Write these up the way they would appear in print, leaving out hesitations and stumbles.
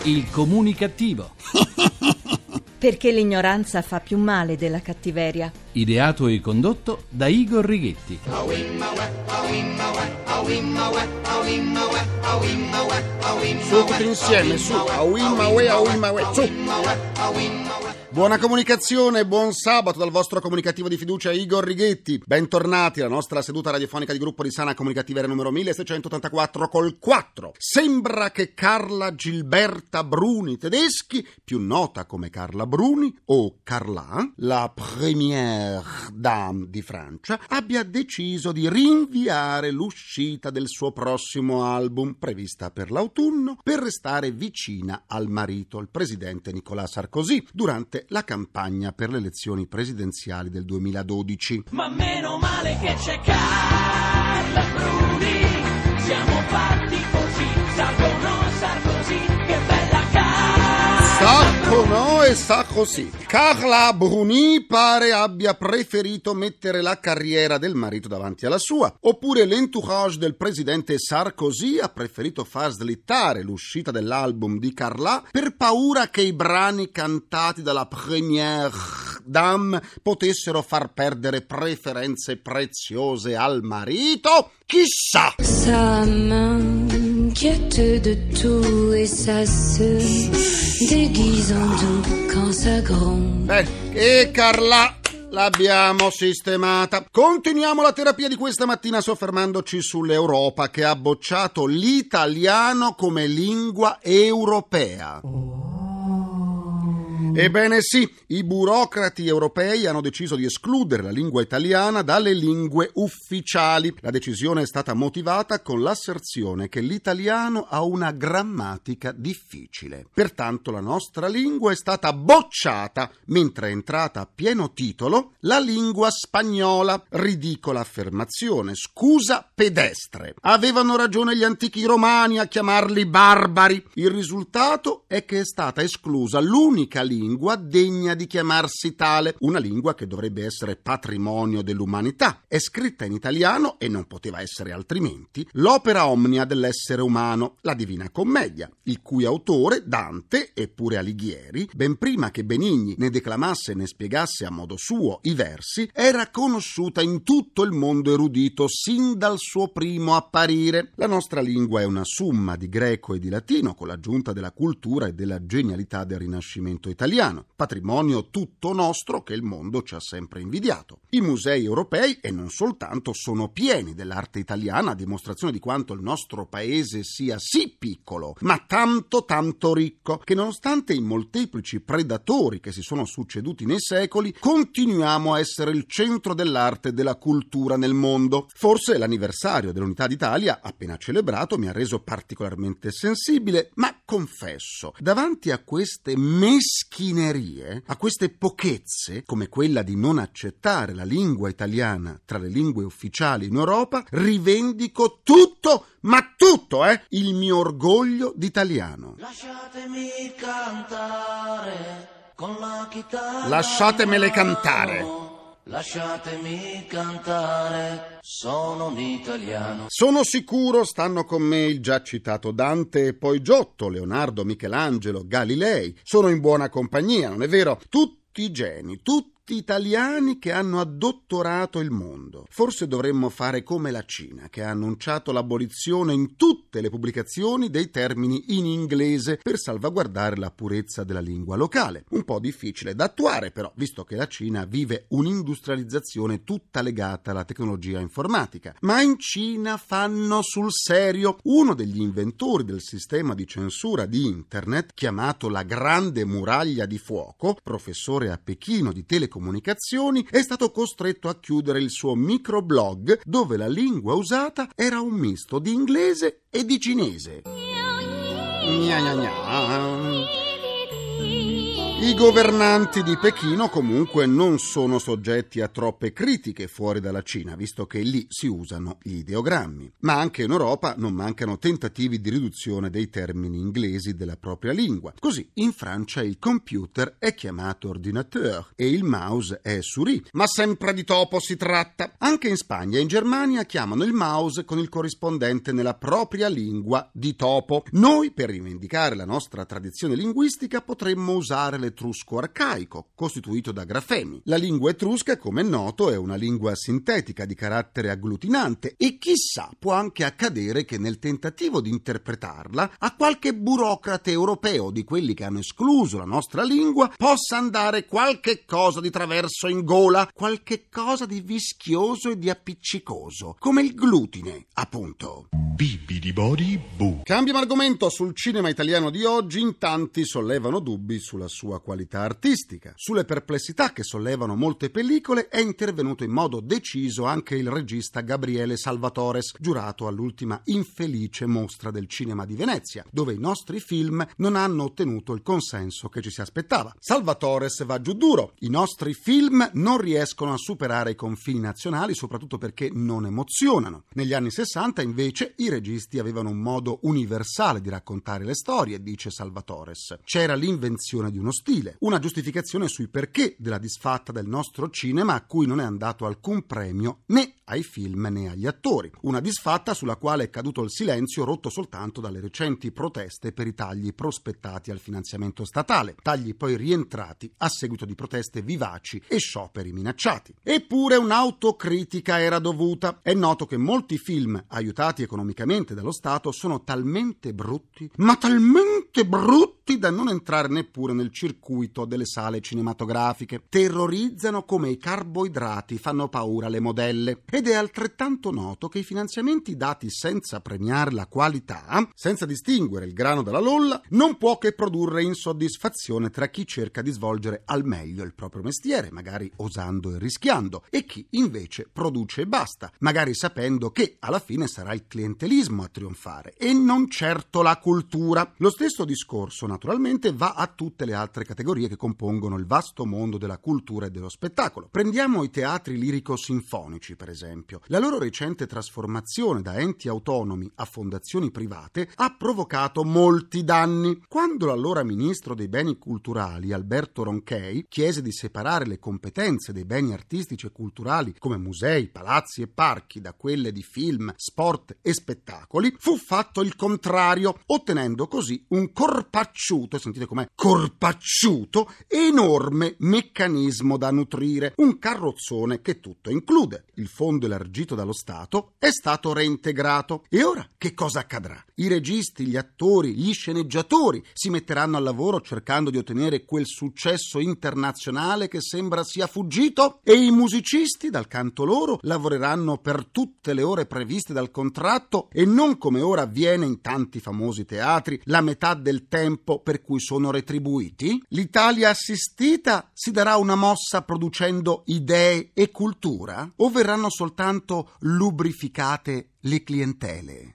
Il comunicativo. Perché l'ignoranza fa più male della cattiveria. Ideato e condotto da Igor Righetti. Su tutti insieme, su. Su. Buona comunicazione, buon sabato dal vostro comunicativo di fiducia Igor Righetti. Bentornati alla nostra seduta radiofonica di gruppo di Sana Comunicativa numero 1684 col 4. Sembra che Carla Gilberta Bruni Tedeschi, più nota come Carla Bruni o Carla, la première dame di Francia, abbia deciso di rinviare l'uscita del suo prossimo album, prevista per l'autunno, per restare vicina al marito, il presidente Nicolas Sarkozy, durante la campagna per le elezioni presidenziali del 2012. Ma meno male che c'è Carla Bruni, siamo fatti così, Sarkozy, che bella Sarkozy. Carla Bruni pare abbia preferito mettere la carriera del marito davanti alla sua, oppure l'entourage del presidente Sarkozy ha preferito far slittare l'uscita dell'album di Carla per paura che i brani cantati dalla première dame potessero far perdere preferenze preziose al marito? Chissà! Ça m'inquiète de tout et ça se déguise en doux quand ça gronde. E Carla l'abbiamo sistemata. Continuiamo la terapia di questa mattina soffermandoci sull'Europa che ha bocciato l'italiano come lingua europea. Ebbene sì, i burocrati europei hanno deciso di escludere la lingua italiana dalle lingue ufficiali. La decisione è stata motivata con l'asserzione che l'italiano ha una grammatica difficile. Pertanto la nostra lingua è stata bocciata, mentre è entrata a pieno titolo la lingua spagnola. Ridicola affermazione, scusa pedestre. Avevano ragione gli antichi romani a chiamarli barbari. Il risultato è che è stata esclusa l'unica lingua degna di chiamarsi tale, una lingua che dovrebbe essere patrimonio dell'umanità. È scritta in italiano, e non poteva essere altrimenti, l'opera omnia dell'essere umano, la Divina Commedia, il cui autore, Dante, eppure Alighieri, ben prima che Benigni ne declamasse e ne spiegasse a modo suo i versi, era conosciuta in tutto il mondo erudito sin dal suo primo apparire. La nostra lingua è una summa di greco e di latino, con l'aggiunta della cultura e della genialità del Rinascimento italiano, patrimonio tutto nostro che il mondo ci ha sempre invidiato. I musei europei, e non soltanto, sono pieni dell'arte italiana, a dimostrazione di quanto il nostro paese sia sì piccolo, ma tanto ricco, che nonostante i molteplici predatori che si sono succeduti nei secoli, continuiamo a essere il centro dell'arte e della cultura nel mondo. Forse l'anniversario dell'Unità d'Italia, appena celebrato, mi ha reso particolarmente sensibile, ma confesso, davanti a queste meschinerie, a queste pochezze, come quella di non accettare la lingua italiana tra le lingue ufficiali in Europa, rivendico tutto, ma tutto, il mio orgoglio d'italiano. Lasciatemi cantare con la chitarra. Lasciatemele cantare. Lasciatemi cantare, sono un italiano. Sono sicuro stanno con me il già citato Dante e poi Giotto, Leonardo, Michelangelo, Galilei. Sono in buona compagnia, non è vero? Tutti i geni, tutti italiani che hanno addottorato il mondo. Forse dovremmo fare come la Cina, che ha annunciato l'abolizione in tutte le pubblicazioni dei termini in inglese per salvaguardare la purezza della lingua locale. Un po' difficile da attuare, però, visto che la Cina vive un'industrializzazione tutta legata alla tecnologia informatica. Ma in Cina fanno sul serio. Uno degli inventori del sistema di censura di Internet, chiamato la Grande Muraglia di Fuoco, professore a Pechino di telecomunicazioni, è stato costretto a chiudere il suo microblog dove la lingua usata era un misto di inglese e di cinese. I governanti di Pechino comunque non sono soggetti a troppe critiche fuori dalla Cina, visto che lì si usano gli ideogrammi. Ma anche in Europa non mancano tentativi di riduzione dei termini inglesi della propria lingua. Così in Francia il computer è chiamato ordinateur e il mouse è souris, ma sempre di topo si tratta. Anche in Spagna e in Germania chiamano il mouse con il corrispondente nella propria lingua di topo. Noi, per rivendicare la nostra tradizione linguistica, potremmo usare l'etrusco arcaico, costituito da grafemi. La lingua etrusca, come è noto, è una lingua sintetica di carattere agglutinante e chissà, può anche accadere che nel tentativo di interpretarla a qualche burocrate europeo di quelli che hanno escluso la nostra lingua possa andare qualche cosa di traverso in gola, qualche cosa di vischioso e di appiccicoso, come il glutine, appunto. Cambiamo argomento. Sul cinema italiano di oggi in tanti sollevano dubbi sulla sua qualità artistica. Sulle perplessità che sollevano molte pellicole è intervenuto in modo deciso anche il regista Gabriele Salvatores, giurato all'ultima infelice mostra del cinema di Venezia, dove i nostri film non hanno ottenuto il consenso che ci si aspettava. Salvatores va giù duro: i nostri film non riescono a superare i confini nazionali, soprattutto perché non emozionano. Negli anni 60 invece i registi avevano un modo universale di raccontare le storie, dice Salvatores. C'era l'invenzione di uno stile, una giustificazione sui perché della disfatta del nostro cinema a cui non è andato alcun premio né ai film né agli attori. Una disfatta sulla quale è caduto il silenzio, rotto soltanto dalle recenti proteste per i tagli prospettati al finanziamento statale, tagli poi rientrati a seguito di proteste vivaci e scioperi minacciati. Eppure un'autocritica era dovuta. È noto che molti film aiutati economicamente dallo Stato sono talmente brutti, ma talmente brutti da non entrare neppure nel circuito delle sale cinematografiche. Terrorizzano come i carboidrati fanno paura alle modelle. Ed è altrettanto noto che i finanziamenti dati senza premiare la qualità, senza distinguere il grano dalla lolla, non può che produrre insoddisfazione tra chi cerca di svolgere al meglio il proprio mestiere, magari osando e rischiando, e chi invece produce e basta, magari sapendo che alla fine sarà il clientelismo a trionfare e non certo la cultura. Lo stesso discorso naturalmente va a tutte le altre categorie che compongono il vasto mondo della cultura e dello spettacolo. Prendiamo i teatri lirico-sinfonici, per esempio. La loro recente trasformazione da enti autonomi a fondazioni private ha provocato molti danni. Quando l'allora ministro dei beni culturali, Alberto Ronchey, chiese di separare le competenze dei beni artistici e culturali come musei, palazzi e parchi da quelle di film, sport e spettacoli, fu fatto il contrario, ottenendo così un corpacciuto, sentite com'è, corpacciuto, enorme meccanismo da nutrire, un carrozzone che tutto include. Il fondo elargito dallo Stato è stato reintegrato. E ora che cosa accadrà? I registi, gli attori, gli sceneggiatori si metteranno al lavoro cercando di ottenere quel successo internazionale che sembra sia fuggito? E i musicisti, dal canto loro, lavoreranno per tutte le ore previste dal contratto e non come ora avviene in tanti famosi teatri, la metà del tempo per cui sono retribuiti? L'Italia assistita si darà una mossa producendo idee e cultura? O verranno soltanto lubrificate le clientele?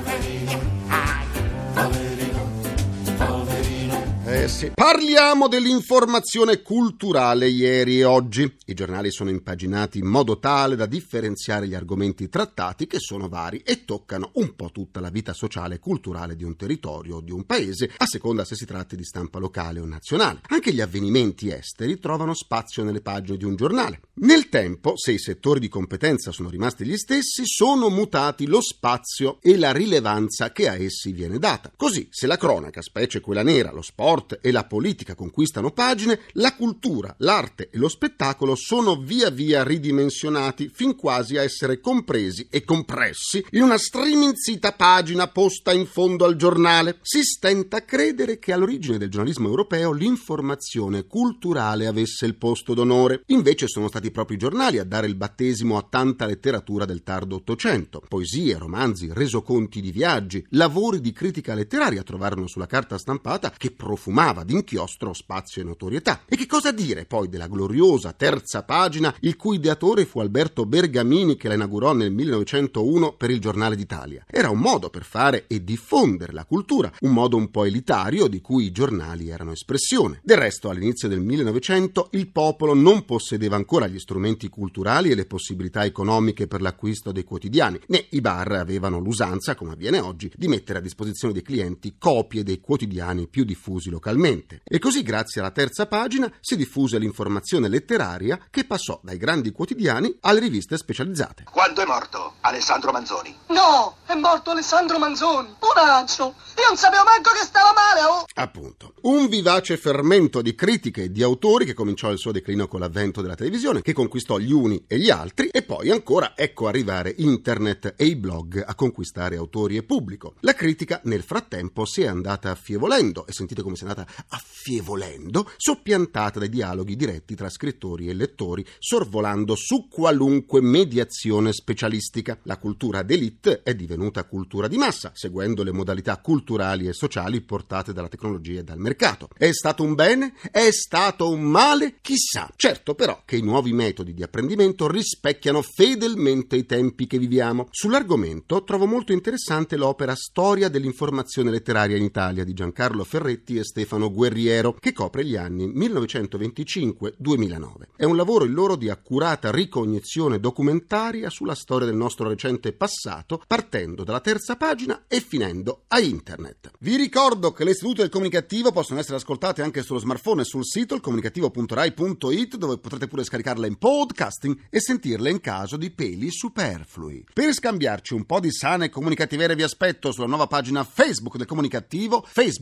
Sì. Parliamo dell'informazione culturale ieri e oggi. I giornali sono impaginati in modo tale da differenziare gli argomenti trattati, che sono vari e toccano un po' tutta la vita sociale e culturale di un territorio o di un paese, a seconda se si tratti di stampa locale o nazionale. Anche gli avvenimenti esteri trovano spazio nelle pagine di un giornale. Nel tempo, se i settori di competenza sono rimasti gli stessi, sono mutati lo spazio e la rilevanza che a essi viene data. Così, se la cronaca, specie quella nera, lo sport e la politica conquistano pagine, la cultura, l'arte e lo spettacolo sono via via ridimensionati fin quasi a essere compresi e compressi in una striminzita pagina posta in fondo al giornale. Si stenta a credere che all'origine del giornalismo europeo l'informazione culturale avesse il posto d'onore. Invece sono stati proprio i giornali a dare il battesimo a tanta letteratura del tardo Ottocento. Poesie, romanzi, resoconti di viaggi, lavori di critica letteraria trovarono sulla carta stampata che profumavano guadagnava d'inchiostro spazio e notorietà. E che cosa dire poi della gloriosa terza pagina, il cui ideatore fu Alberto Bergamini, che la inaugurò nel 1901 per il Giornale d'Italia? Era un modo per fare e diffondere la cultura, un modo un po' elitario di cui i giornali erano espressione. Del resto, all'inizio del 1900 il popolo non possedeva ancora gli strumenti culturali e le possibilità economiche per l'acquisto dei quotidiani, né i bar avevano l'usanza, come avviene oggi, di mettere a disposizione dei clienti copie dei quotidiani più diffusi localmente. E così, grazie alla terza pagina, si diffuse l'informazione letteraria che passò dai grandi quotidiani alle riviste specializzate. Quando è morto Alessandro Manzoni? No, è morto Alessandro Manzoni. Poraccio, io non sapevo manco che stava male, oh! Appunto. Un vivace fermento di critiche e di autori che cominciò il suo declino con l'avvento della televisione, che conquistò gli uni e gli altri, e poi ancora ecco arrivare internet e i blog a conquistare autori e pubblico. La critica nel frattempo si è andata affievolendo, e sentite come si è andata affievolendo, soppiantata dai dialoghi diretti tra scrittori e lettori, sorvolando su qualunque mediazione specialistica. La cultura d'élite è divenuta cultura di massa, seguendo le modalità culturali e sociali portate dalla tecnologia e dal mercato. È stato un bene? È stato un male? Chissà. Certo però che i nuovi metodi di apprendimento rispecchiano fedelmente i tempi che viviamo. Sull'argomento trovo molto interessante l'opera Storia dell'informazione letteraria in Italia di Giancarlo Ferretti e Stefano Guerriero, che copre gli anni 1925-2009. È un lavoro il loro di accurata ricognizione documentaria sulla storia del nostro recente passato, partendo dalla terza pagina e finendo a internet. Vi ricordo che le sedute del Comunicativo possono essere ascoltate anche sullo smartphone e sul sito ilcomunicativo.rai.it, dove potrete pure scaricarle in podcasting e sentirle in caso di peli superflui. Per scambiarci un po' di sane comunicativerie vi aspetto sulla nuova pagina Facebook del Comunicativo,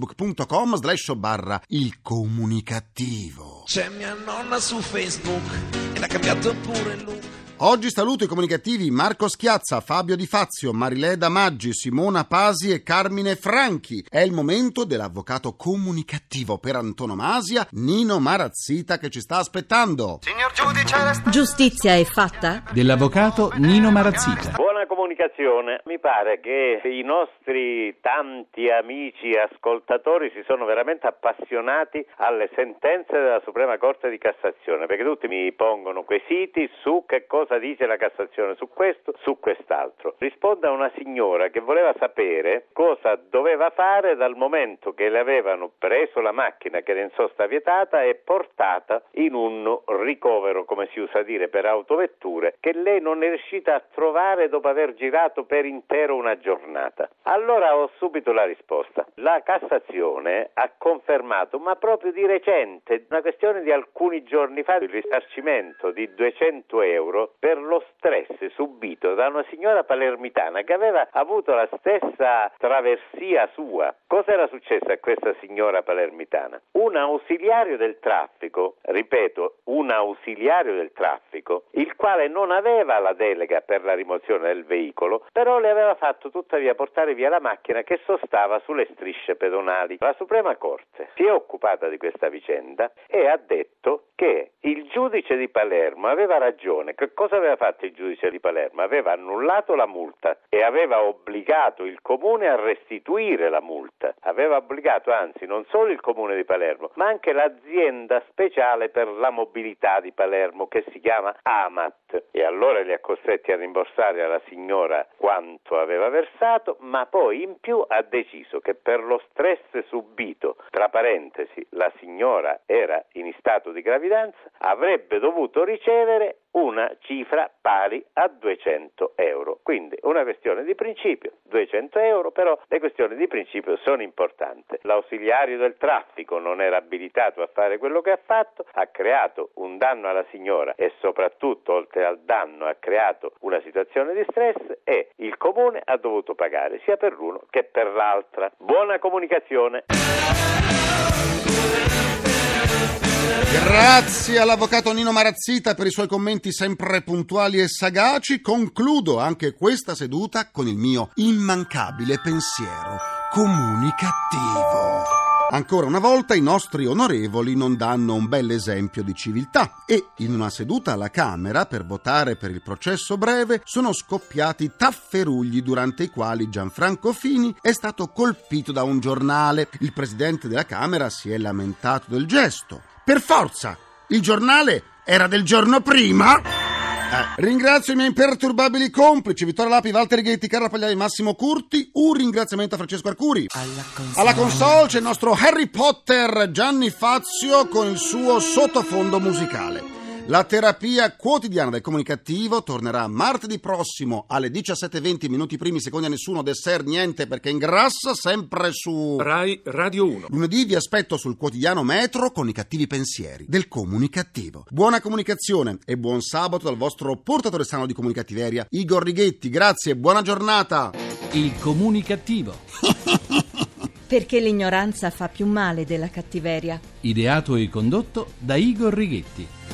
facebook.com/ilcomunicativo. C'è mia nonna su Facebook ed ha cambiato pure il look. Oggi saluto i comunicativi Marco Schiazza, Fabio Di Fazio, Marileda Maggi, Simona Pasi e Carmine Franchi. È il momento dell'avvocato comunicativo per antonomasia, Nino Marazzita, che ci sta aspettando. Signor giudice, Giustizia è fatta? Dell'avvocato Nino Marazzita. Buona comunicazione. Mi pare che i nostri tanti amici ascoltatori si sono veramente appassionati alle sentenze della Suprema Corte di Cassazione, perché tutti mi pongono quesiti su che cosa dice la Cassazione su questo, su quest'altro. Risponde a una signora che voleva sapere cosa doveva fare dal momento che le avevano preso la macchina che era in sosta vietata e portata in un ricovero, come si usa dire, per autovetture, che lei non è riuscita a trovare dopo aver girato per intero una giornata. Allora ho subito la risposta. La Cassazione ha confermato, ma proprio di recente, una questione di alcuni giorni fa, il risarcimento di 200 euro per lo stress subito da una signora palermitana che aveva avuto la stessa traversia sua. Cosa era successo a questa signora palermitana? Un ausiliario del traffico, ripeto, un ausiliario del traffico, il quale non aveva la delega per la rimozione del veicolo, però le aveva fatto tuttavia portare via la macchina che sostava sulle strisce pedonali. La Suprema Corte si è occupata di questa vicenda e ha detto che il giudice di Palermo aveva ragione. Che cosa aveva fatto il giudice di Palermo? Aveva annullato la multa e aveva obbligato il comune a restituire la multa. Aveva obbligato anzi non solo il comune di Palermo, ma anche l'azienda speciale per la mobilità di Palermo, che si chiama Amat. E allora li ha costretti a rimborsare alla signora quanto aveva versato, ma poi in più ha deciso che per lo stress subito, tra parentesi, la signora era in stato di gravidanza, avrebbe dovuto ricevere una cifra pari a 200 euro. Quindi una questione di principio, 200 euro, però le questioni di principio sono importanti. L'ausiliario del traffico non era abilitato a fare quello che ha fatto, ha creato un danno alla signora e soprattutto, oltre al danno, ha creato una situazione di stress e il comune ha dovuto pagare sia per l'uno che per l'altra. Buona comunicazione. Grazie all'avvocato Nino Marazzita per i suoi commenti sempre puntuali e sagaci. Concludo anche questa seduta con il mio immancabile pensiero comunicativo. Ancora una volta i nostri onorevoli non danno un bel esempio di civiltà e in una seduta alla Camera per votare per il processo breve sono scoppiati tafferugli durante i quali Gianfranco Fini è stato colpito da un giornale. Il presidente della Camera si è lamentato del gesto. Per forza! Il giornale era del giorno prima! Ringrazio i miei imperturbabili complici Vittorio Lapi, Walter Ghetti, Carla Pagliari, Massimo Curti. Un ringraziamento a Francesco Arcuri. Alla console c'è il nostro Harry Potter Gianni Fazio con il suo sottofondo musicale. La terapia quotidiana del comunicativo tornerà martedì prossimo alle 17:20, minuti primi, secondi a nessuno, dessert niente perché ingrassa, sempre su Rai Radio 1. Lunedì vi aspetto sul quotidiano Metro con i cattivi pensieri del comunicativo. Buona comunicazione e buon sabato dal vostro portatore sano di comunicattiveria Igor Righetti. Grazie e buona giornata. Il comunicativo. Perché l'ignoranza fa più male della cattiveria. Ideato e condotto da Igor Righetti.